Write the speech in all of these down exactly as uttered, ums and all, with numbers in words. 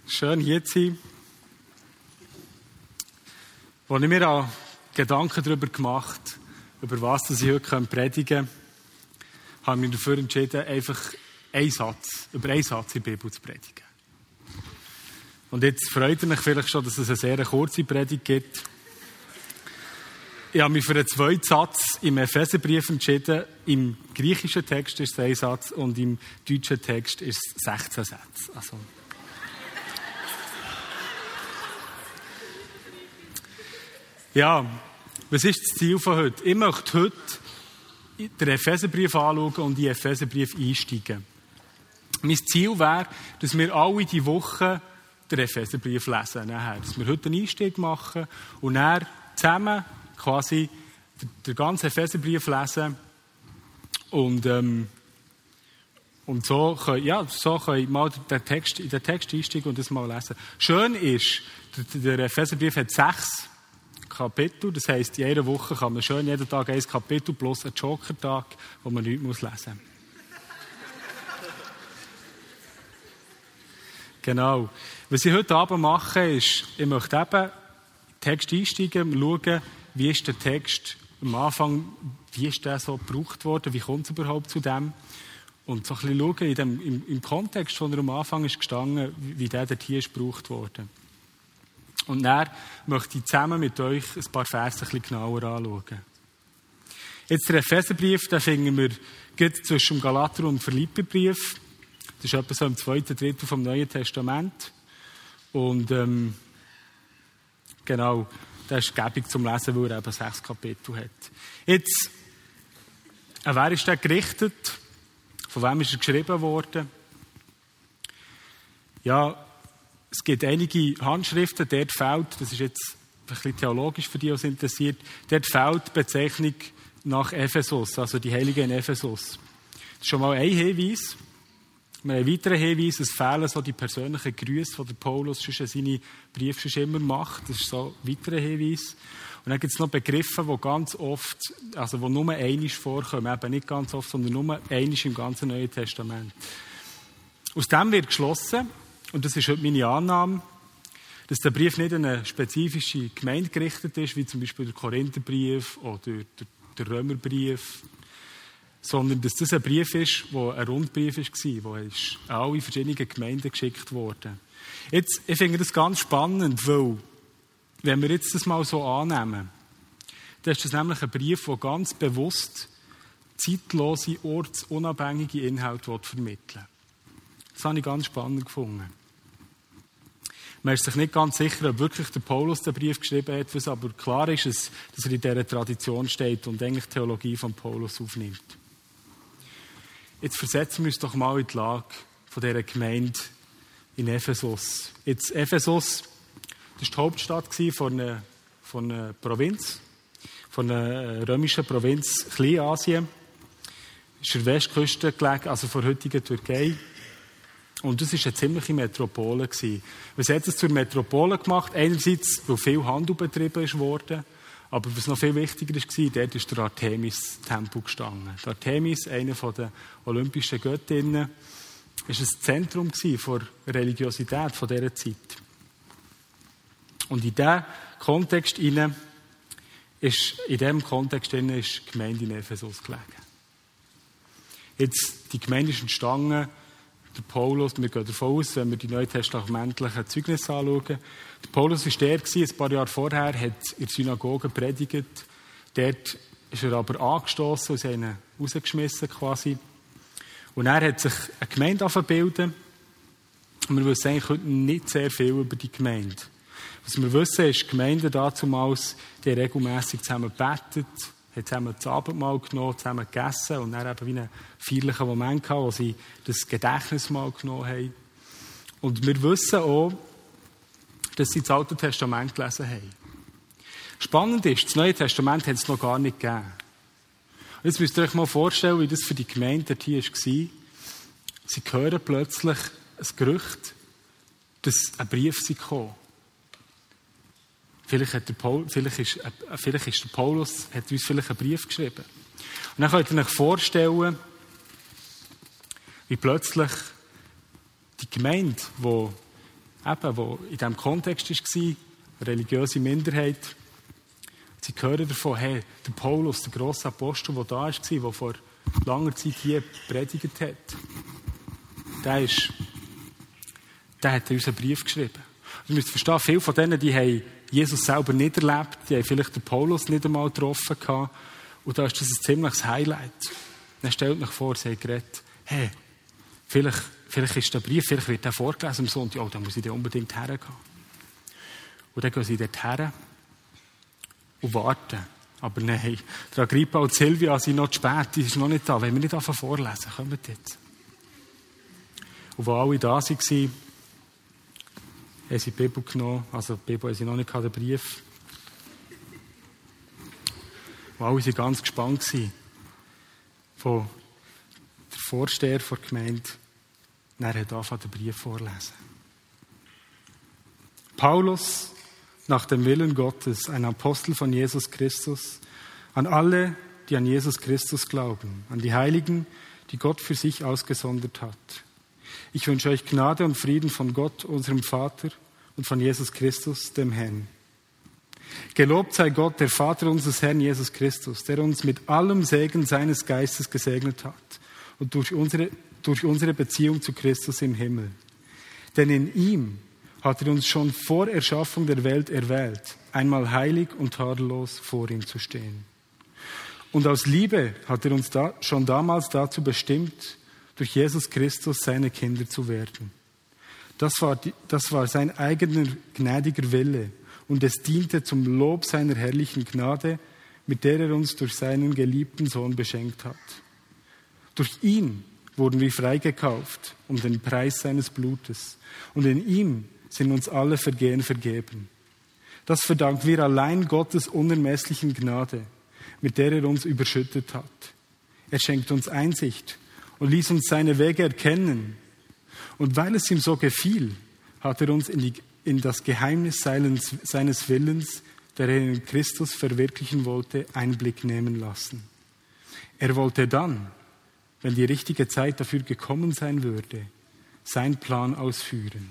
Schön hier zu sein. Als ich mir auch Gedanken darüber gemacht habe, über was ich heute predigen kann, habe ich mich dafür entschieden, einfach einen Satz, über einen Satz in der Bibel zu predigen. Und jetzt freut ihr euch vielleicht schon, dass es eine sehr kurze Predigt gibt. Ich habe mich für einen zweiten Satz im Epheserbrief entschieden. Im griechischen Text ist es ein Satz und im deutschen Text ist es sechzehn Sätze. Also ja, was ist das Ziel von heute? Ich möchte heute den Epheserbrief anschauen und in den Epheserbrief einsteigen. Mein Ziel wäre, dass wir alle diese Woche den Epheserbrief lesen. Nachher. Dass wir heute einen Einstieg machen und dann zusammen quasi den ganzen Epheserbrief lesen. Und, ähm, und so können, ja, so können wir mal den Text, in den Text einsteigen und das mal lesen. Schön ist, der Epheserbrief hat sechs Kapitel. Das heisst, in einer Woche kann man schön jeden Tag ein Kapitel plus einen Joker-Tag, wo man nichts muss lesen muss. Genau. Was ich heute Abend mache, ist, ich möchte eben in den Text einsteigen, schauen, wie ist der Text am Anfang, wie ist der so gebraucht worden, wie kommt es überhaupt zu dem? Und so ein bisschen schauen, in dem, im, im Kontext, wo er am Anfang ist gestanden, wie der dort hier ist gebraucht worden. Und dann möchte ich zusammen mit euch ein paar Verse ein bisschen genauer anschauen. Jetzt der Epheserbrief, den finden wir gerade zwischen dem Galater- und dem Philipperbrief. Das ist etwa so im zweiten Drittel vom Neuen Testament. Und ähm, genau, das ist gäbig zum Lesen, weil er eben sechs Kapitel hat. Jetzt, an wer ist der gerichtet? Von wem ist er geschrieben worden? Ja, es gibt einige Handschriften, dort fehlt, das ist jetzt ein bisschen theologisch für die, die es interessiert, dort fehlt die Bezeichnung nach Ephesus, also die Heiligen in Ephesus. Das ist schon mal ein Hinweis. Wir haben einen weiteren Hinweis, es fehlen so die persönlichen Grüße, die der Paulus schon seine Briefe schon immer macht. Das ist so ein weiterer Hinweis. Und dann gibt es noch Begriffe, die ganz oft, also die nur einmal vorkommen, eben nicht ganz oft, sondern nur einmal im ganzen Neuen Testament. Aus dem wird geschlossen, und das ist heute meine Annahme, dass der Brief nicht an eine spezifische Gemeinde gerichtet ist, wie zum Beispiel der Korintherbrief oder der, der Römerbrief, sondern dass das ein Brief ist, der ein Rundbrief war, wo an alle verschiedenen Gemeinden geschickt wurde. Jetzt, ich finde das ganz spannend, weil, wenn wir jetzt das mal so annehmen, dann ist das nämlich ein Brief, der ganz bewusst zeitlose, ortsunabhängige Inhalte vermitteln will. Das habe ich ganz spannend gefunden. Man ist sich nicht ganz sicher, ob wirklich der Paulus den Brief geschrieben hat, was aber klar ist, dass er in dieser Tradition steht und eigentlich die Theologie von Paulus aufnimmt. Jetzt versetzen wir uns doch mal in die Lage von dieser Gemeinde in Ephesus. Jetzt, Ephesus, das war die Hauptstadt von einer, von einer Provinz, von einer römischen Provinz Kleinasien. Ist an der Westküste gelegen, also vor der heutigen Türkei. Und das war eine ziemliche Metropole. Was hat es zur Metropole gemacht? Einerseits, weil viel Handel betrieben wurde, aber was noch viel wichtiger war, dort ist der Artemis-Tempel gestanden. Die Artemis, eine der olympischen Göttinnen, war ein Zentrum der Religiosität dieser Zeit. Und in diesem Kontext ist, in diesem Kontext ist die Gemeinde in Ephesus gelegen. Jetzt, die Gemeinde ist entstanden, der Paulus, wir gehen davon aus, wenn wir die neutestamentlichen Zeugnisse anschauen. Der Paulus war der, ein paar Jahre vorher, hat in der Synagoge predigt. Dort ist er aber angestoßen und sie haben ihn rausgeschmissen quasi. Und er hat sich eine Gemeinde angefangen. Und wir wissen eigentlich heute nicht sehr viel über die Gemeinde. Was wir wissen, ist, die Gemeinde damals, die regelmässig zusammen gebetet, haben zusammen das Abendmahl genommen, zusammen gegessen und dann eben wie einen feierlichen Moment gehabt, wo sie das Gedächtnismahl genommen haben. Und wir wissen auch, dass sie das Alte Testament gelesen haben. Spannend ist, das Neue Testament hat es noch gar nicht gegeben. Und jetzt müsst ihr euch mal vorstellen, wie das für die Gemeinde hier war. Sie hören plötzlich ein Gerücht, dass ein Brief kam. Vielleicht, hat der Paul, vielleicht, ist, äh, vielleicht ist der Paulus hat uns vielleicht einen Brief geschrieben. Und dann könnt ihr euch vorstellen, wie plötzlich die Gemeinde, die eben, wo in diesem Kontext war, eine religiöse Minderheit. Sie hören davon, hey, der Paulus, der grosse Apostel, der da war, der vor langer Zeit hier predigt hat, der, ist, der hat uns einen Brief geschrieben. Ihr müsst verstehen, viele von denen, die haben Jesus selber nicht erlebt, die haben vielleicht den Paulus nicht einmal getroffen gehabt. Und da ist das ein ziemliches Highlight. Dann stellt euch vor, sie haben geredet, hey, vielleicht, vielleicht ist der Brief, vielleicht wird der vorgelesen am Sonntag, oh, dann muss ich da unbedingt hergehen. Und dann gehen sie dort her und warten. Aber nein, der Agrippa und Silvia sind noch zu spät, die ist noch nicht da. Wenn wir nicht anfangen vorlesen, kommen wir jetzt. Und wo alle da waren, haben sie die Bibel genommen, also die Bibel haben sie noch nicht gehabt, den Brief. Und alle waren ganz gespannt gewesen, von der Vorsteher der Gemeinde, er hat angefangen, den Brief vorlesen. Paulus, nach dem Willen Gottes, ein Apostel von Jesus Christus, an alle, die an Jesus Christus glauben, an die Heiligen, die Gott für sich ausgesondert hat. Ich wünsche euch Gnade und Frieden von Gott, unserem Vater, und von Jesus Christus, dem Herrn. Gelobt sei Gott, der Vater unseres Herrn Jesus Christus, der uns mit allem Segen seines Geistes gesegnet hat und durch unsere, durch unsere Beziehung zu Christus im Himmel. Denn in ihm hat er uns schon vor Erschaffung der Welt erwählt, einmal heilig und tadellos vor ihm zu stehen. Und aus Liebe hat er uns da, schon damals dazu bestimmt, durch Jesus Christus seine Kinder zu werden. Das war, die, das war sein eigener gnädiger Wille und es diente zum Lob seiner herrlichen Gnade, mit der er uns durch seinen geliebten Sohn beschenkt hat. Durch ihn wurden wir freigekauft um den Preis seines Blutes und in ihm sind uns alle Vergehen vergeben. Das verdanken wir allein Gottes unermesslichen Gnade, mit der er uns überschüttet hat. Er schenkt uns Einsicht und ließ uns seine Wege erkennen. Und weil es ihm so gefiel, hat er uns in, die, in das Geheimnis seines, seines Willens, der er in Christus verwirklichen wollte, Einblick nehmen lassen. Er wollte dann, wenn die richtige Zeit dafür gekommen sein würde, seinen Plan ausführen.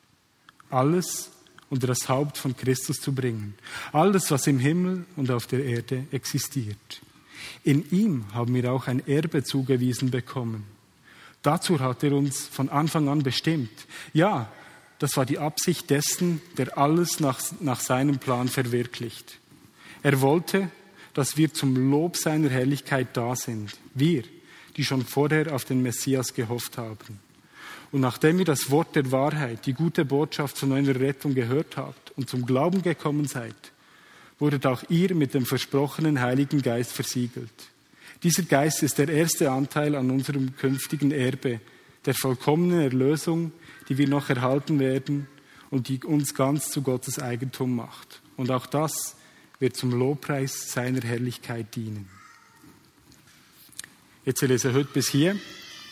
Alles unter das Haupt von Christus zu bringen. Alles, was im Himmel und auf der Erde existiert. In ihm haben wir auch ein Erbe zugewiesen bekommen. Dazu hat er uns von Anfang an bestimmt. Ja, das war die Absicht dessen, der alles nach, nach seinem Plan verwirklicht. Er wollte, dass wir zum Lob seiner Herrlichkeit da sind. Wir, die schon vorher auf den Messias gehofft haben. Und nachdem ihr das Wort der Wahrheit, die gute Botschaft von eurer Rettung gehört habt und zum Glauben gekommen seid, wurdet auch ihr mit dem versprochenen Heiligen Geist versiegelt. Dieser Geist ist der erste Anteil an unserem künftigen Erbe, der vollkommenen Erlösung, die wir noch erhalten werden und die uns ganz zu Gottes Eigentum macht. Und auch das wird zum Lobpreis seiner Herrlichkeit dienen. Jetzt lese ich heute bis hier.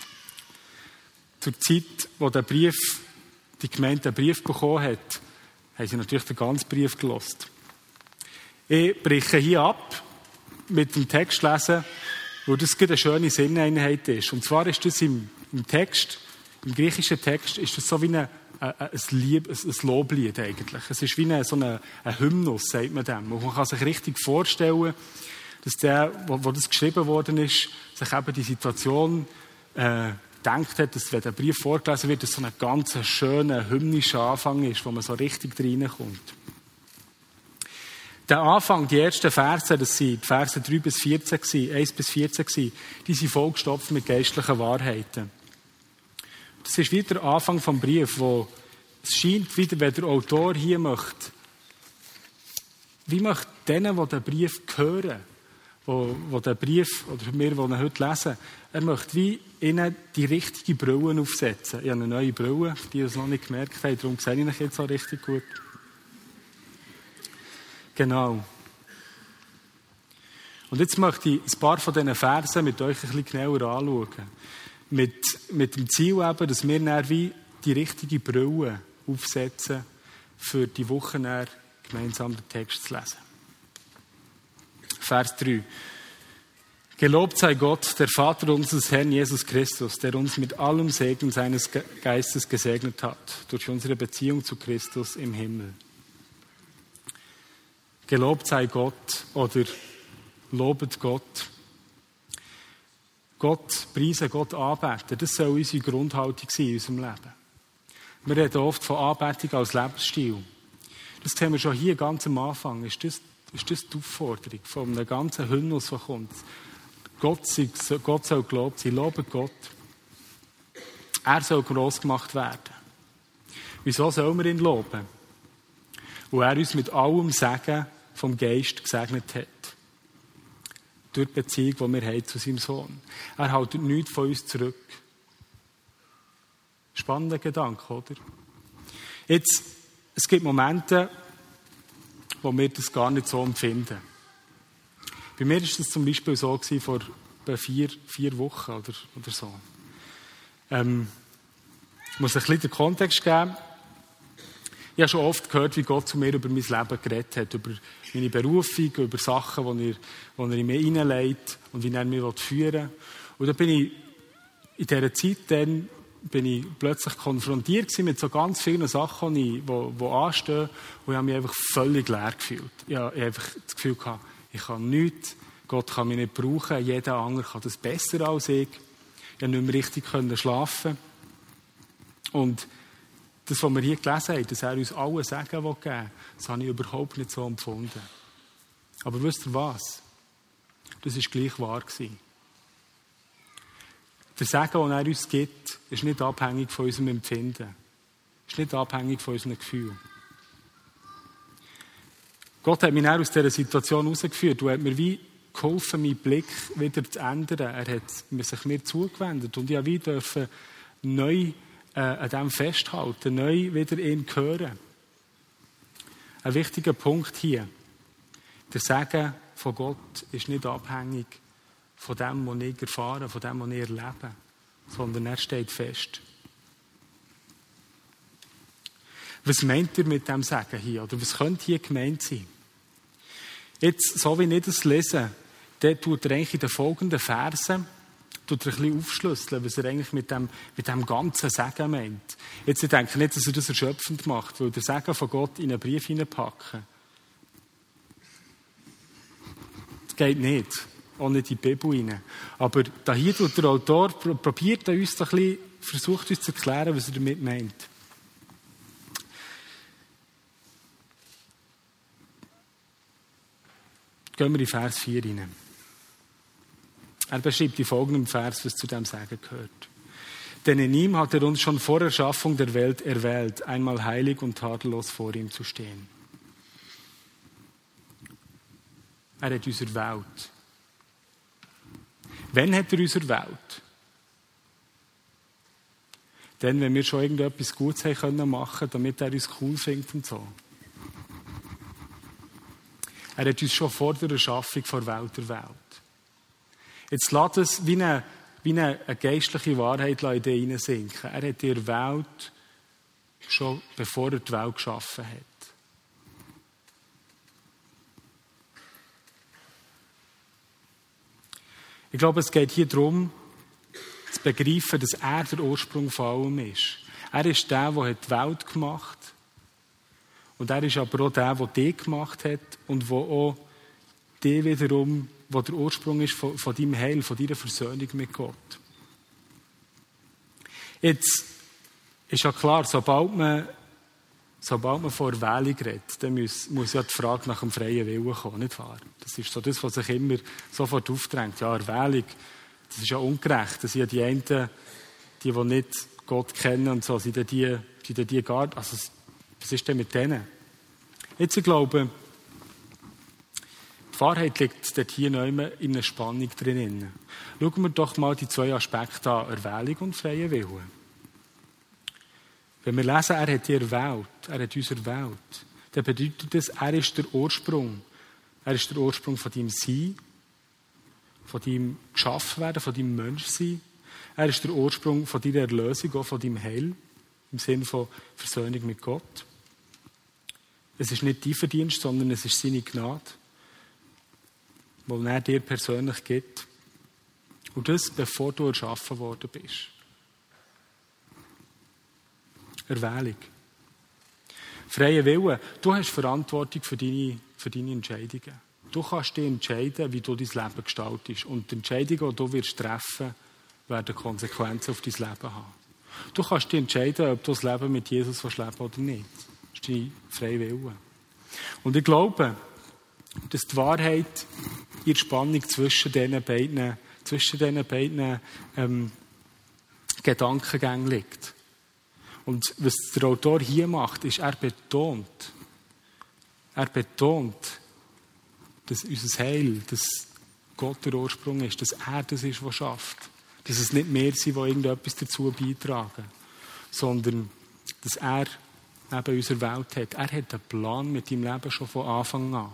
Zur Zeit, wo der Brief, die Gemeinde den Brief bekommen hat, haben sie natürlich den ganzen Brief gelesen. Ich breche hier ab mit dem Text lesen, wo das eine schöne Sinneinheit ist. Und zwar ist das im, im Text, im griechischen Text, ist das so wie eine, ein, ein, Lieb, ein Loblied eigentlich. Es ist wie eine, so eine, ein Hymnus, sagt man dem. Und man kann sich richtig vorstellen, dass der, wo, wo das geschrieben worden ist, sich eben die Situation äh, gedacht hat, dass wenn der Brief vorgelesen wird, dass so ein ganz schöner, hymnischer Anfang ist, wo man so richtig reinkommt. Der Anfang, die ersten Verse, das sind die Verse drei bis vierzehn, eins bis vierzehn, die sind vollgestopft mit geistlichen Wahrheiten. Das ist wieder der Anfang vom Brief, wo es scheint wieder, wenn der Autor hier möchte, wie möchte denen, die den Brief hören, wo, wo den Brief, oder wir, die ihn heute lesen, er möchte wie ihnen die richtige Brille aufsetzen. Ich habe eine neue Brille, für die, die es noch nicht gemerkt haben, darum sehe ich euch jetzt auch richtig gut. Genau. Und jetzt möchte ich ein paar von diesen Versen mit euch ein bisschen genauer anschauen. Mit, mit dem Ziel eben, dass wir dann wie die richtige Brille aufsetzen, für die Woche dann gemeinsam den Text zu lesen. Vers drei. Gelobt sei Gott, der Vater unseres Herrn Jesus Christus, der uns mit allem Segen seines Geistes gesegnet hat, durch unsere Beziehung zu Christus im Himmel. Gelobt sei Gott oder lobet Gott. Gott preisen, Gott anbeten, das soll unsere Grundhaltung sein in unserem Leben. Wir reden oft von Anbetung als Lebensstil. Das sehen wir schon hier ganz am Anfang. Ist das, ist das die Aufforderung von einem ganzen Hymnus, der kommt? Gott, sei, Gott soll gelobt sein, lobe Gott. Er soll gross gemacht werden. Wieso sollen wir ihn loben? Weil er uns mit allem Segen vom Geist gesegnet hat. Durch die Beziehung, die wir haben zu seinem Sohn. Er hält nichts von uns zurück. Spannender Gedanke, oder? Jetzt, es gibt Momente, wo wir das gar nicht so empfinden. Bei mir war das zum Beispiel so gewesen, vor vier, vier Wochen oder, oder so. Ähm, ich muss ein bisschen den Kontext geben. Ich habe schon oft gehört, wie Gott zu mir über mein Leben geredet hat, über meine Berufung, über Sachen, die er, die er in mir hineinlegt und wie er mich führen will. Und da bin ich in dieser Zeit dann bin ich plötzlich konfrontiert mit so ganz vielen Sachen, die, die, die anstehen, und ich habe mich einfach völlig leer gefühlt. Ich habe einfach das Gefühl gehabt, ich kann nichts, Gott kann mich nicht brauchen, jeder andere kann das besser als ich. Ich konnte nicht mehr richtig schlafen. Und das, was wir hier gelesen haben, dass er uns allen Segen geben will, das habe ich überhaupt nicht so empfunden. Aber wisst ihr was? Das war gleich wahr gewesen. Der Segen, den er uns gibt, ist nicht abhängig von unserem Empfinden. Ist nicht abhängig von unserem Gefühl. Gott hat mich dann aus dieser Situation herausgeführt und hat mir wie geholfen, meinen Blick wieder zu ändern. Er hat sich mir zugewendet und ich durfte wieder neu äh, an dem festhalten, neu wieder ihn hören. Ein wichtiger Punkt hier. Der Segen von Gott ist nicht abhängig von dem, was ich erfahre, von dem, was ich erlebe, sondern er steht fest. Was meint ihr mit dem Segen hier? Oder was könnte hier gemeint sein? Jetzt, so wie ich das lese, der tut er eigentlich in den folgenden Versen tut er ein bisschen aufschlüsseln, was er eigentlich mit dem, mit dem ganzen Segen meint. Jetzt, ich denke nicht, dass er das erschöpfend macht, weil der Segen von Gott in einen Brief hineinpacken, das geht nicht. Auch nicht in die Bibel hinein. Aber da hier tut der Autor, probiert uns da ein bisschen, versucht uns zu erklären, was er damit meint. Gehen wir in Vers vier hinein. Er beschreibt in folgendem Vers, was zu dem Segen gehört. Denn in ihm hat er uns schon vor Erschaffung der Welt erwählt, einmal heilig und tadellos vor ihm zu stehen. Er hat uns erwählt. Wann hat er uns erwählt? Dann, wenn wir schon irgendetwas Gutes haben können machen, damit er uns cool findet und so. Er hat uns schon vor der Erschaffung der Welt erwählt. Jetzt lässt es wie eine, wie eine, eine geistliche Wahrheit in dich hineinsinken. Er hat dich erwählt, schon bevor er die Welt geschaffen hat. Ich glaube, es geht hier darum, zu begreifen, dass er der Ursprung von allem ist. Er ist der, der die Welt gemacht hat. Und er ist aber auch der, der dich gemacht hat und der auch dich wiederum, der der Ursprung ist von, von deinem Heil, von deiner Versöhnung mit Gott. Jetzt ist ja klar, sobald man, sobald man von Erwählung redet, dann muss, muss ja die Frage nach dem freien Willen kommen, nicht wahr? Das ist so das, was sich immer sofort aufdrängt. Ja, Erwählung, das ist ja ungerecht. Das sind ja die einen, die, die nicht Gott kennen und so, sind die, die, die gar, also, was ist denn mit denen? Jetzt, ich glaube, die Wahrheit liegt dort hier noch immer in einer Spannung drin. Schauen wir doch mal die zwei Aspekte an, Erwählung und freie Willen. Wenn wir lesen, er hat dich erwählt, er hat uns erwählt, dann bedeutet das, er ist der Ursprung. Er ist der Ursprung von deinem Sein, von deinem Geschaffenwerden, von deinem Menschsein. Er ist der Ursprung von deiner Erlösung, auch von deinem Heil, im Sinne von Versöhnung mit Gott. Es ist nicht dein Verdienst, sondern es ist seine Gnade, die er dir persönlich gibt. Und das, bevor du erschaffen worden bist. Erwählung. Freier Wille. Du hast Verantwortung für deine, für deine Entscheidungen. Du kannst dich entscheiden, wie du dein Leben gestaltest. Und die Entscheidungen, die du wirst treffen, werden Konsequenzen auf dein Leben haben. Du kannst dich entscheiden, ob du das Leben mit Jesus leben willst oder nicht. Das ist dein freier Wille. Und ich glaube, dass die Wahrheit in der Spannung zwischen diesen beiden, zwischen diesen beiden ähm, Gedankengängen liegt. Und was der Autor hier macht, ist, er betont, er betont, dass unser Heil, dass Gott der Ursprung ist, dass er das ist, was schafft. Dass es nicht wir sind, die irgendetwas dazu beitragen, sondern dass er eben unsere Welt hat. Er hat einen Plan mit deinem Leben schon von Anfang an.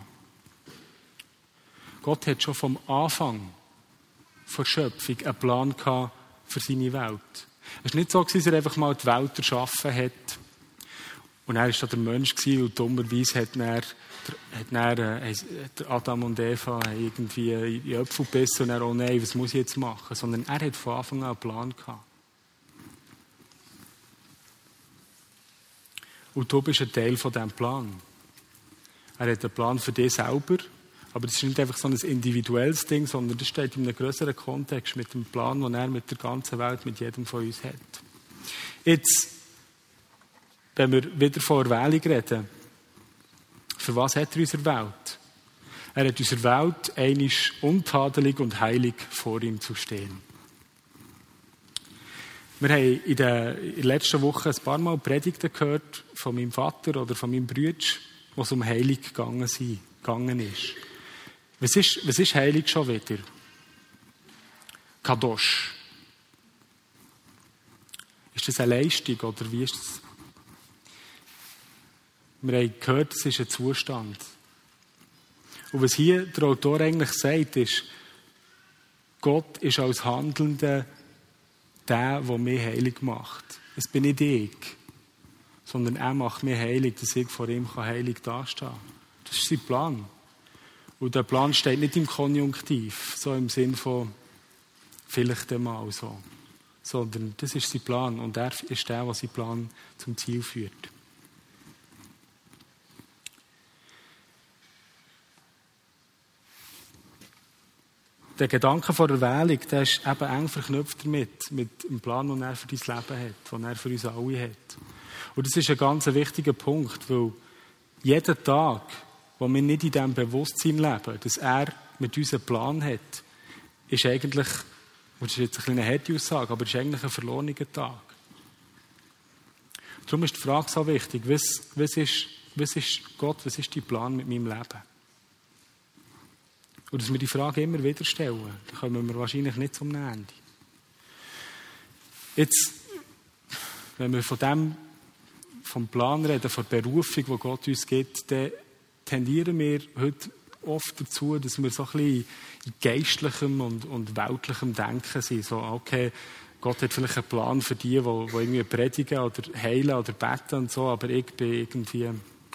Gott hat schon vom Anfang der Schöpfung einen Plan gehabt für seine Welt. Es war nicht so, dass er einfach mal die Welt erschaffen hat und er war da der Mensch und dummerweise hat er, hat er, äh, Adam und Eva irgendwie in die Äpfel gebissen und er, oh nein, was muss ich jetzt machen? Sondern er hat von Anfang an einen Plan gehabt. Und du bist ein Teil von diesem Plan. Er hat einen Plan für dich selber, aber das ist nicht einfach so ein individuelles Ding, sondern das steht in einem größeren Kontext mit dem Plan, den er mit der ganzen Welt, mit jedem von uns hat. Jetzt, wenn wir wieder von Erwählung reden, für was hat er unsere Welt? Er hat unsere Welt einmal untadelig und heilig vor ihm zu stehen. Wir haben in der letzten Woche ein paar Mal Predigten gehört von meinem Vater oder von meinem Bruder, wo es um Heilig gegangen ist. Was ist, was ist Heilig schon wieder? Kadosh. Ist das eine Leistung oder wie ist das? Wir haben gehört, es ist ein Zustand. Und was hier der Autor eigentlich sagt, ist, Gott ist als Handelnder der, der mich heilig macht. Es bin nicht ich, sondern er macht mich heilig, dass ich vor ihm heilig dastehen kann. Das ist sein Plan. Und der Plan steht nicht im Konjunktiv, so im Sinn von vielleicht einmal so, sondern das ist sein Plan und er ist der, der seinen Plan zum Ziel führt. Der Gedanke von der Erwählung, der ist eben eng verknüpft damit, mit dem Plan, den er für dein Leben hat, den er für uns alle hat. Und das ist ein ganz wichtiger Punkt, weil jeden Tag, wo wir nicht in diesem Bewusstsein leben, dass er mit uns einen Plan hat, ist eigentlich, das ist jetzt eine harte Aussage, aber ist eigentlich ein verlorener Tag. Darum ist die Frage so wichtig, was, was, ist, was ist Gott, was ist dein Plan mit meinem Leben? Und dass wir die Frage immer wieder stellen, dann kommen wir wahrscheinlich nicht zum Ende. Jetzt, wenn wir von dem, vom Plan reden, von der Berufung, die Gott uns gibt, dann tendieren wir heute oft dazu, dass wir so ein bisschen in geistlichem und, und weltlichem Denken sind. So, okay, Gott hat vielleicht einen Plan für die, die, die irgendwie predigen oder heilen oder beten und so, aber ich bin irgendwie,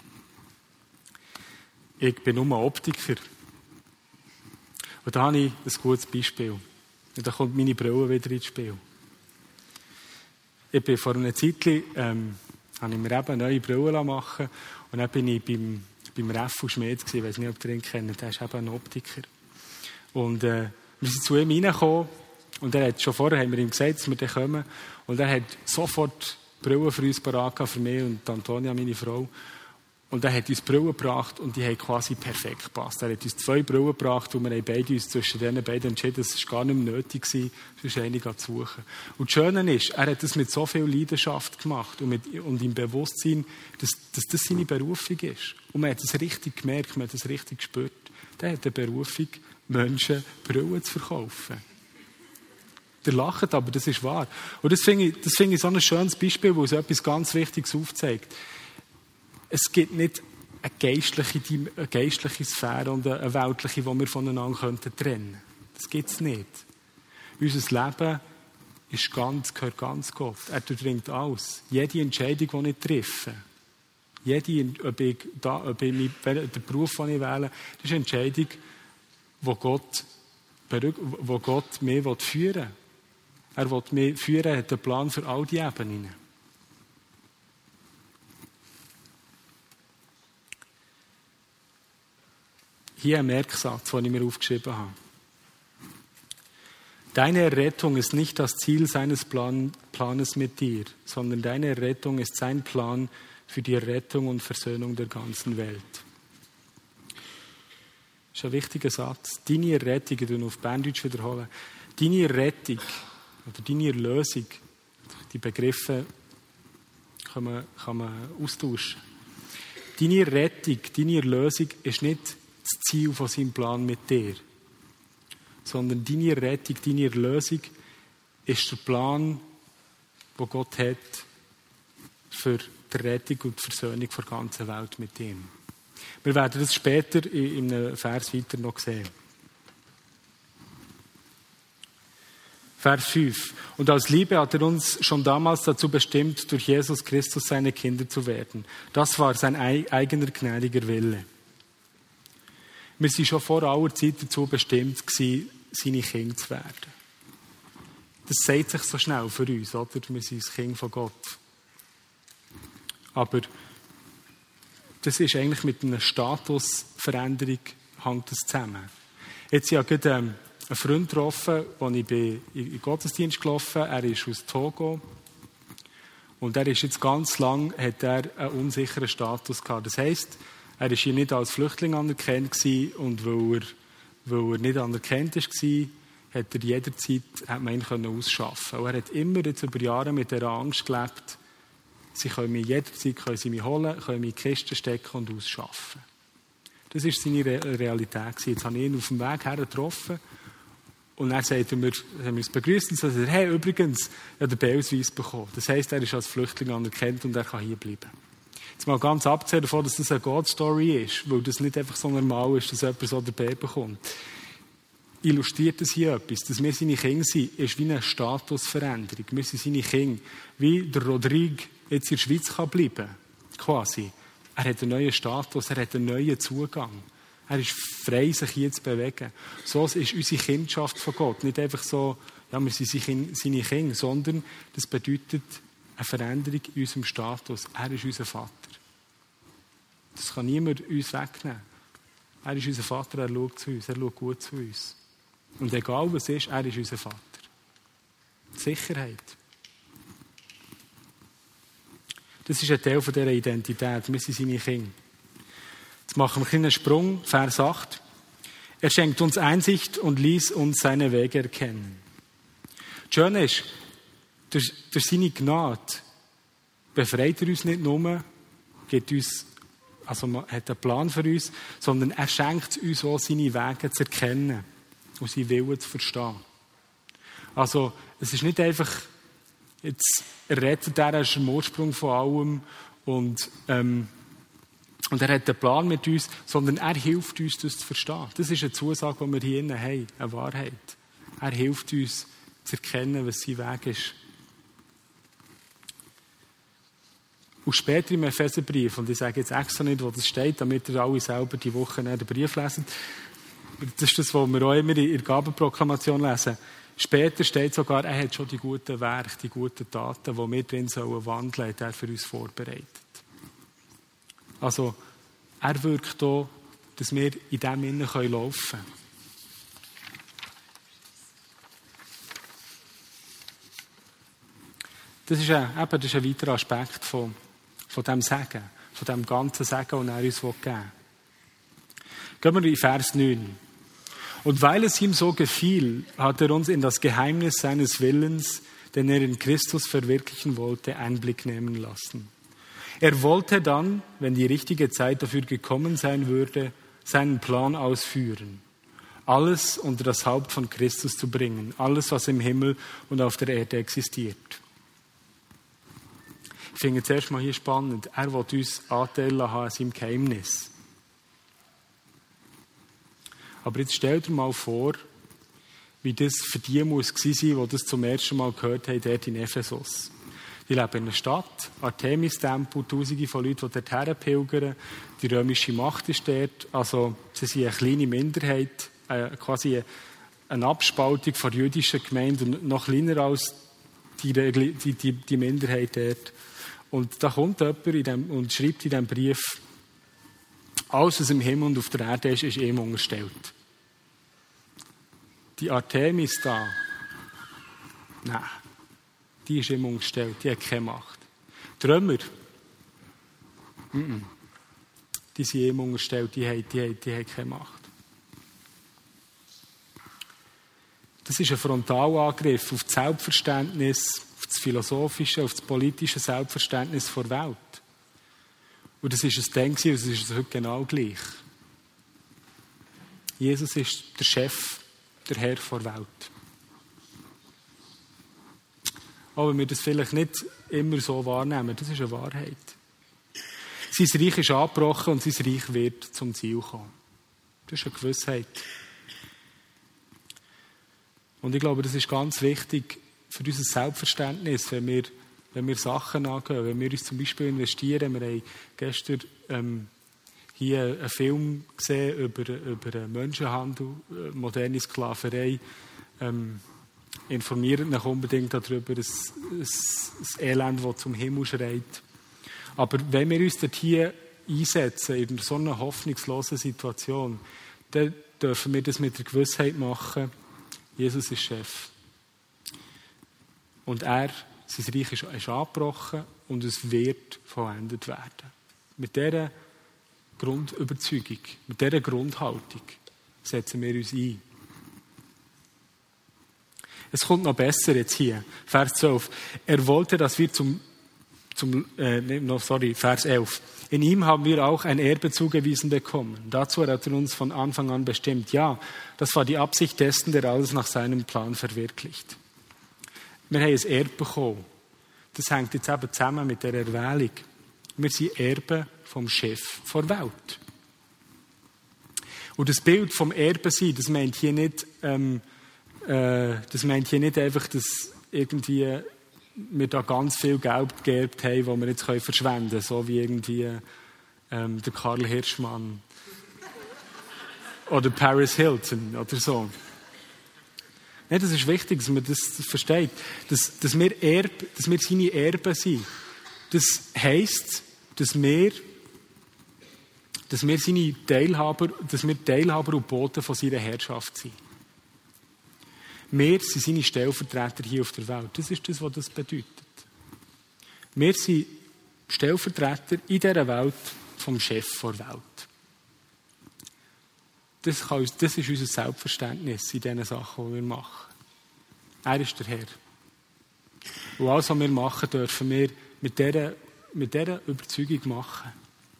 ich bin nur ein Optiker. Und da habe ich ein gutes Beispiel. Und da kommt meine Brille wieder ins Spiel. Ich bin vor einer Zeit, ähm, habe ich mir eben eine neue Brille machen und dann bin ich beim, beim Reffu Schmied gewesen, ich weiss nicht, ob ihr ihn kennt, der ist eben ein Optiker. Und äh, wir sind zu ihm reingekommen und er hat schon vorher haben wir ihm gesagt, dass wir dann kommen und er hat sofort Brillen für uns parat gehabt, für mich und Antonia, meine Frau. Und er hat uns Brillen gebracht und die haben quasi perfekt gepasst. Er hat uns zwei Brillen gebracht und wir haben beide uns zwischen diesen beiden entschieden, es war gar nicht mehr nötig gewesen, sonst eine zu suchen. Und das Schöne ist, er hat das mit so viel Leidenschaft gemacht und, mit, und im Bewusstsein, dass, dass das seine Berufung ist. Und man hat es richtig gemerkt, man hat es richtig gespürt. Der hat eine Berufung, Menschen Brillen zu verkaufen. Der lacht, aber das ist wahr. Und das finde ich, das finde ich so ein schönes Beispiel, wo es etwas ganz Wichtiges aufzeigt. Es gibt nicht eine geistliche, eine geistliche Sphäre und eine weltliche, die wir voneinander trennen könnten. Das gibt es nicht. Unser Leben ist ganz, gehört ganz Gott. Er durchdringt alles. Jede Entscheidung, die ich treffe, jede, ob ich, da, ob ich mich, den Beruf, den ich wähle, das ist eine Entscheidung, die Gott wo Gott mich führen will. Er will mich führen, er hat einen Plan für all die Ebenen. Hier ein Merksatz, den ich mir aufgeschrieben habe. Deine Errettung ist nicht das Ziel seines Plan, Planes mit dir, sondern deine Errettung ist sein Plan für die Errettung und Versöhnung der ganzen Welt. Das ist ein wichtiger Satz. Deine Errettung, ich will auf Berndeutsch wiederholen, deine Errettung oder deine Erlösung, die Begriffe kann man, kann man austauschen. Deine Errettung, deine Erlösung ist nicht das Ziel von seinem Plan mit dir, sondern deine Errettung, deine Erlösung ist der Plan, den Gott hat für die Rettung und die Versöhnung der ganzen Welt mit ihm. Wir werden das später in einem Vers weiter noch sehen. Vers fünf. Und aus Liebe hat er uns schon damals dazu bestimmt, durch Jesus Christus seine Kinder zu werden. Das war sein eigener gnädiger Wille. Wir waren schon vor aller Zeit dazu bestimmt gewesen, seine Kinder zu werden. Das sagt sich so schnell für uns, oder? Wir sind das Kind von Gott. Aber das ist eigentlich mit einer Statusveränderung hängt das zusammen. Jetzt habe ich gerade einen Freund getroffen, als ich in den Gottesdienst gelaufen bin. Er ist aus Togo. Und er ist jetzt ganz lang, hat er einen unsicheren Status gehabt. Das heisst, er war hier nicht als Flüchtling anerkannt gewesen, und weil er, weil er nicht anerkannt war, hat er jederzeit hat man ihn ausschaffen können. Er hat immer jetzt über Jahre mit dieser Angst gelebt, sie können mich jederzeit können sie mich holen, können mich in die Kiste stecken und ausschaffen. Das war seine Re- Realität. Jetzt habe ich ihn auf dem Weg her getroffen und dann sagte er mir, haben wir uns begrüßt und sagt, hey, übrigens, er hat den B-Ausweis bekommen. Das heisst, er ist als Flüchtling anerkannt und er kann hier bleiben. Jetzt mal ganz abgesehen davon, dass das eine God-Story ist, weil das nicht einfach so normal ist, dass jemand so den B bekommt. Illustriert das hier etwas, dass wir seine Kinder sind, ist wie eine Statusveränderung. Wir sind seine Kinder, wie der Rodrigue jetzt in der Schweiz kann bleiben, quasi. Er hat einen neuen Status, er hat einen neuen Zugang. Er ist frei, sich hier zu bewegen. So ist unsere Kindschaft von Gott. Nicht einfach so, ja, wir sind seine Kinder, sondern das bedeutet eine Veränderung in unserem Status. Er ist unser Vater. Das kann niemand uns wegnehmen. Er ist unser Vater, er schaut zu uns, er schaut gut zu uns. Und egal was ist, er ist unser Vater. Sicherheit. Das ist ein Teil dieser Identität. Wir sind seine Kinder. Jetzt machen wir einen Sprung, Vers acht. Er schenkt uns Einsicht und ließ uns seine Wege erkennen. Das Schöne ist, durch, durch seine Gnade befreit er uns nicht nur, gibt uns, also man hat einen Plan für uns, sondern er schenkt uns auch seine Wege zu erkennen und seinen Willen zu verstehen. Also es ist nicht einfach, jetzt rettet er, er ist im Ursprung von allem und, ähm, und er hat einen Plan mit uns, sondern er hilft uns, das zu verstehen. Das ist eine Zusage, die wir hier innen haben, eine Wahrheit. Er hilft uns zu erkennen, was sein Weg ist. Und später im Epheserbrief, und ich sage jetzt extra nicht, wo das steht, damit ihr alle selber die Woche den Brief lesen. Das ist das, was wir auch immer in der Gabenproklamation lesen. Später steht sogar, er hat schon die guten Werke, die guten Taten, die wir drin sollen wandeln, hat er für uns vorbereitet. Also, er wirkt hier, dass wir in dem Innen laufen können. Das ist ein, eben, das ist ein weiterer Aspekt von, von diesem Segen, von diesem ganzen Segen, den er uns geben will. Gehen wir in Vers neun. Und weil es ihm so gefiel, hat er uns in das Geheimnis seines Willens, den er in Christus verwirklichen wollte, Einblick nehmen lassen. Er wollte dann, wenn die richtige Zeit dafür gekommen sein würde, seinen Plan ausführen. Alles unter das Haupt von Christus zu bringen. Alles, was im Himmel und auf der Erde existiert. Ich finde es erst mal hier spannend. Er will uns Anteil haben an seinem Geheimnis. Aber jetzt stell dir mal vor, wie das für die muss gewesen sein, die das zum ersten Mal gehört haben, dort in Ephesus. Die leben in einer Stadt, Artemis-Tempel, Tausende von Leuten, die dorthin pilgern. Die römische Macht ist dort. Also, sie sind eine kleine Minderheit, äh, quasi eine Abspaltung von der jüdischen Gemeinde und noch kleiner als die, die, die, die Minderheit dort. Und da kommt jemand in dem, und schreibt in diesem Brief, alles, was im Himmel und auf der Erde ist, ist ihm unterstellt. Die Artemis da, nein, die ist ihm unterstellt, die hat keine Macht. Die Römer, mm-mm, die sind ihm unterstellt, die haben, die, haben, die haben keine Macht. Das ist ein Frontalangriff auf das Selbstverständnis, auf das philosophische, auf das politische Selbstverständnis der Welt. Und das war es dann und es ist heute genau gleich. Jesus ist der Chef, der Herr der Welt. Auch wenn wir das vielleicht nicht immer so wahrnehmen, das ist eine Wahrheit. Sein Reich ist angebrochen und sein Reich wird zum Ziel kommen. Das ist eine Gewissheit. Und ich glaube, das ist ganz wichtig für unser Selbstverständnis, wenn wir, wenn wir Sachen angehen, wenn wir uns zum Beispiel investieren. Wir haben gestern ähm, hier einen Film gesehen über, über Menschenhandel, moderne Sklaverei. Ähm, informiert euch unbedingt darüber, das, das, das Elend, das zum Himmel schreit. Aber wenn wir uns dort hier einsetzen, in so einer hoffnungslosen Situation, dann dürfen wir das mit der Gewissheit machen, Jesus ist Chef. Und er, sein Reich ist, ist angebrochen und es wird vollendet werden. Mit dieser Grundüberzeugung, mit dieser Grundhaltung setzen wir uns ein. Es kommt noch besser jetzt hier. Vers zwölf. Er wollte, dass wir zum, zum äh, no, sorry, Vers elf. In ihm haben wir auch ein Erbe zugewiesen bekommen. Dazu hat er uns von Anfang an bestimmt. Ja, das war die Absicht dessen, der alles nach seinem Plan verwirklicht. Wir haben ein Erbe bekommen. Das hängt jetzt eben zusammen mit der Erwählung. Wir sind Erbe vom Chef der Welt. Und das Bild vom Erbe sein, das meint hier nicht, ähm, äh, das meint hier nicht einfach, dass irgendwie wir da ganz viel Geld geerbt haben, das wir jetzt verschwenden können, so wie irgendwie ähm, der Karl Hirschmann oder Paris Hilton oder so. Nein, das ist wichtig, dass man das, das versteht, dass, dass, wir Erb, dass wir seine Erben sind. Das heisst, dass wir, dass wir seine Teilhaber, dass wir Teilhaber und Boten von seiner Herrschaft sind. Wir sind seine Stellvertreter hier auf der Welt. Das ist das, was das bedeutet. Wir sind Stellvertreter in dieser Welt vom Chef der Welt. Das, kann uns, das ist unser Selbstverständnis in den Sachen, die wir machen. Er ist der Herr. Und alles, was wir machen, dürfen wir mit dieser, mit dieser Überzeugung machen.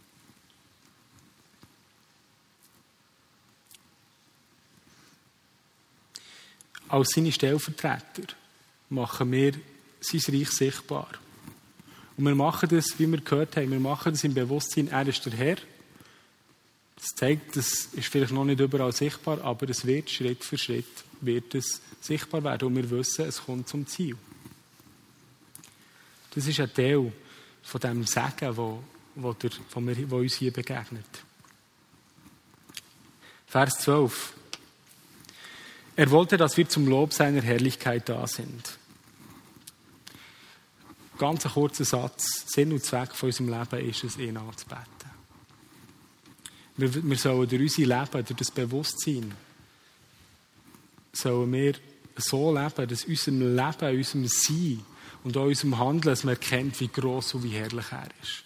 Als seine Stellvertreter machen wir sein Reich sichtbar. Und wir machen das, wie wir gehört haben, wir machen das im Bewusstsein, er ist der Herr. Das zeigt, das ist vielleicht noch nicht überall sichtbar, aber es wird Schritt für Schritt wird es sichtbar werden. Und wir wissen, es kommt zum Ziel. Das ist ein Teil von dem Segen, wo, wo, der, wo, wir, wo uns hier begegnet. Vers zwölf. Er wollte, dass wir zum Lob seiner Herrlichkeit da sind. Ganz ein kurzer Satz. Sinn und Zweck von unserem Leben ist es, ihn anzubeten. Wir, wir sollen durch unser Leben, durch das Bewusstsein, sollen wir so leben, dass unserem Leben, unserem Sein und auch unserem Handeln, dass man erkennt, wie gross und wie herrlich er ist.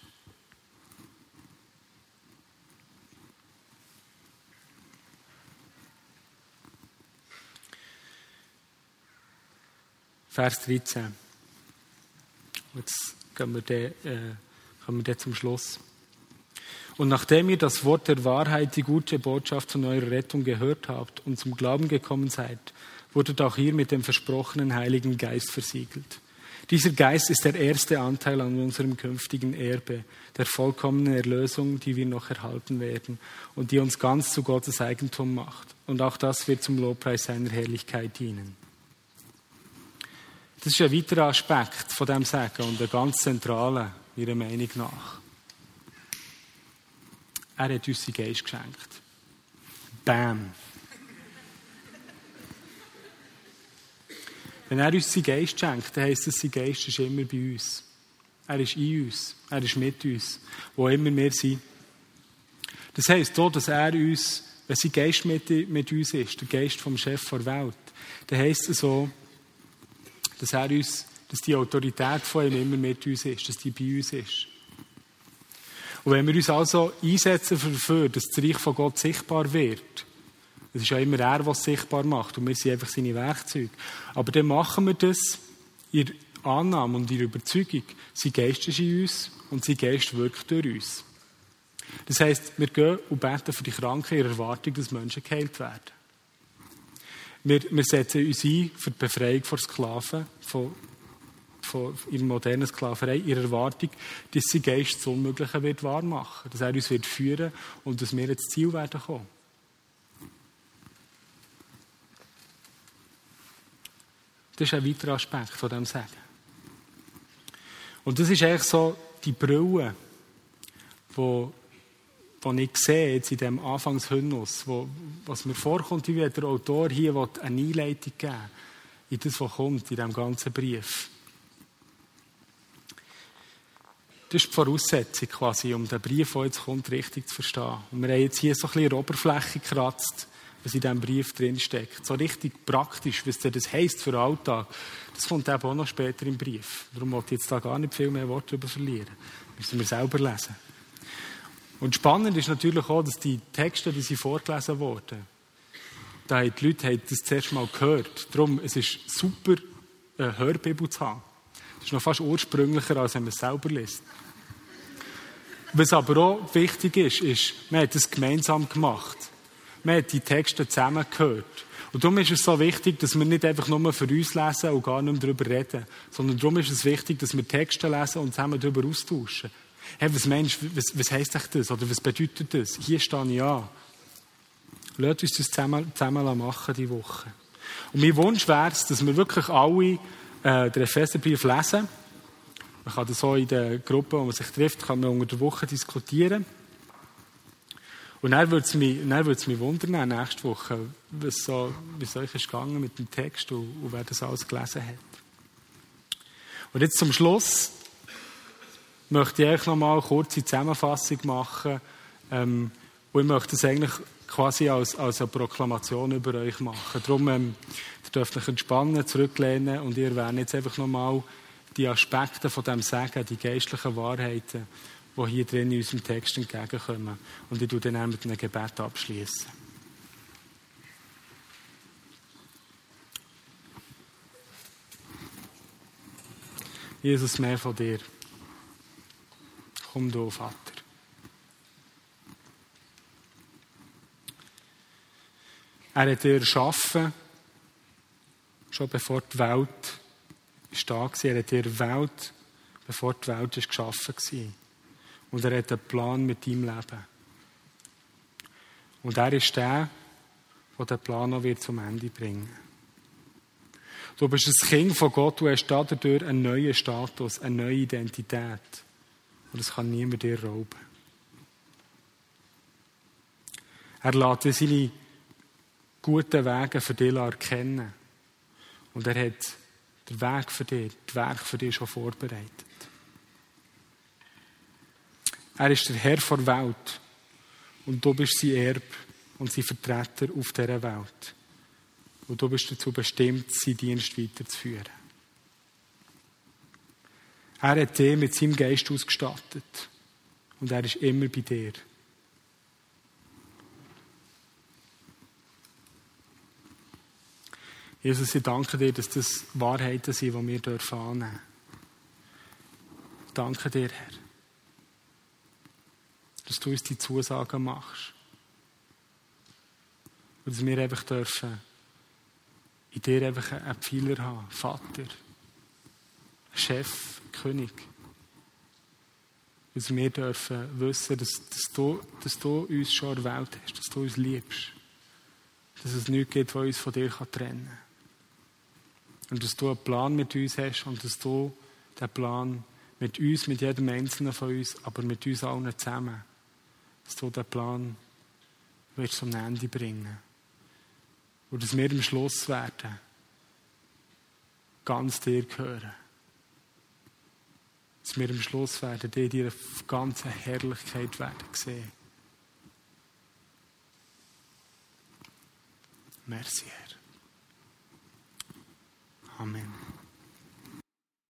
Vers dreizehn. Jetzt gehen wir dann, äh, kommen wir dann zum Schluss. Und nachdem ihr das Wort der Wahrheit, die gute Botschaft von eurer Rettung gehört habt und zum Glauben gekommen seid, wurdet auch ihr mit dem versprochenen Heiligen Geist versiegelt. Dieser Geist ist der erste Anteil an unserem künftigen Erbe, der vollkommenen Erlösung, die wir noch erhalten werden und die uns ganz zu Gottes Eigentum macht. Und auch das wird zum Lobpreis seiner Herrlichkeit dienen. Das ist ein weiterer Aspekt von diesem Segen und ein ganz zentraler, meiner Meinung nach. Er hat uns seinen Geist geschenkt. Bam. Wenn er uns seinen Geist schenkt, dann heisst es, sein Geist ist immer bei uns. Er ist in uns. Er ist mit uns. Wo immer wir sind. Das heisst auch, dass er uns, wenn sein Geist mit, mit uns ist, der Geist vom Chef der Welt, dann heisst es so, dass er uns, dass die Autorität von ihm immer mit uns ist, dass die bei uns ist. Und wenn wir uns also einsetzen dafür, dass das Reich von Gott sichtbar wird, das ist ja immer er, der es sichtbar macht, und wir sind einfach seine Werkzeuge. Aber dann machen wir das in der Annahme und in der Überzeugung, sein Geist ist in uns und sein Geist wirkt durch uns. Das heisst, wir gehen und beten für die Kranken in der Erwartung, dass Menschen geheilt werden. Wir, wir setzen uns ein für die Befreiung von Sklaven, von, von in der modernen Sklaverei, in der Erwartung, dass sein Geist das Unmögliche wird wahr machen, dass er uns wird führen und dass wir ins Ziel werden kommen. Das ist ein weiterer Aspekt von diesem Segen. Und das ist eigentlich so die Brille, die die ich sehe, jetzt in diesem Anfangshymnus, wo, was mir vorkommt, wie der Autor hier eine Einleitung geben in das, was kommt, in diesem ganzen Brief. Das ist die Voraussetzung quasi, um den Brief, der jetzt kommt, richtig zu verstehen. Und wir haben jetzt hier so ein bisschen Oberfläche gekratzt, was in diesem Brief drinsteckt. So richtig praktisch, was das heisst für den Alltag. Das kommt eben auch noch später im Brief. Darum wollte ich jetzt da gar nicht viel mehr Worte darüber verlieren. Müssen wir selber lesen. Und spannend ist natürlich auch, dass die Texte, die sie vorgelesen wurden, da haben die Leute haben das zuerst mal gehört. Darum, es ist super, eine Hörbibel zu haben. Das ist noch fast ursprünglicher, als wenn man es selber liest. Was aber auch wichtig ist, ist, man hat es gemeinsam gemacht. Man hat die Texte zusammen gehört. Und darum ist es so wichtig, dass wir nicht einfach nur für uns lesen und gar nicht mehr darüber reden, sondern darum ist es wichtig, dass wir Texte lesen und zusammen darüber austauschen. Hey, was meinst du, was, was heisst das? Oder was bedeutet das? Hier stehe ich an. Lasst uns das zusammen, zusammen machen, diese Woche. Und mein Wunsch wäre es, dass wir wirklich alle äh, den Epheserbrief lesen. Man kann das so in der Gruppe, wo man sich trifft, kann man unter der Woche diskutieren. Und dann würde es mich, dann würde es mich wundern, nächste Woche, was so, wie es euch ist gegangen mit dem Text und, und wer das alles gelesen hat. Und jetzt zum Schluss möchte ich euch noch mal eine kurze Zusammenfassung machen. Ähm, und ich möchte das eigentlich quasi als, als eine Proklamation über euch machen. Darum, ähm, ihr dürft euch entspannen, zurücklehnen und ihr erwähnt jetzt einfach noch mal die Aspekte von dem Segen, die geistlichen Wahrheiten, die hier drin in unserem Text entgegenkommen. Und ich tue dann mit einem Gebet abschließen. Jesus, mehr von dir. Komm du, Vater. Er hat dir erschaffen, schon bevor die Welt da war. Er hat dir die Welt, bevor die Welt geschaffen war. Und er hat einen Plan mit deinem Leben. Und er ist der, der den Plan auch wird zum Ende bringen. Du bist ein Kind von Gott, du hast dadurch einen neuen Status, eine neue Identität. Und das kann niemand dir rauben. Er lässt dir seine guten Wege für dich erkennen. Und er hat den Weg für dich, das Werk für dich schon vorbereitet. Er ist der Herr der Welt. Und du bist sein Erbe und sein Vertreter auf dieser Welt. Und du bist dazu bestimmt, seinen Dienst weiterzuführen. Er hat dich mit seinem Geist ausgestattet. Und er ist immer bei dir. Jesus, ich danke dir, dass das Wahrheiten sind, die wir dürfen annehmen. Danke dir, Herr, dass du uns die Zusagen machst. Und dass wir einfach dürfen in dir einfach einen Pfeiler haben, Vater, Chef, König. Dass wir dürfen wissen, dass, dass, du, dass du uns schon erwählt hast, dass du uns liebst. Dass es nichts gibt, was uns von dir trennen kann. Und dass du einen Plan mit uns hast und dass du den Plan mit uns, mit jedem Einzelnen von uns, aber mit uns allen zusammen, dass du den Plan willst zum Ende bringen. Und dass wir am Schluss werden ganz dir gehören. Dass wir am Schluss werden dich in deiner ganzen Herrlichkeit werden sehen. Merci, Herr. Amen.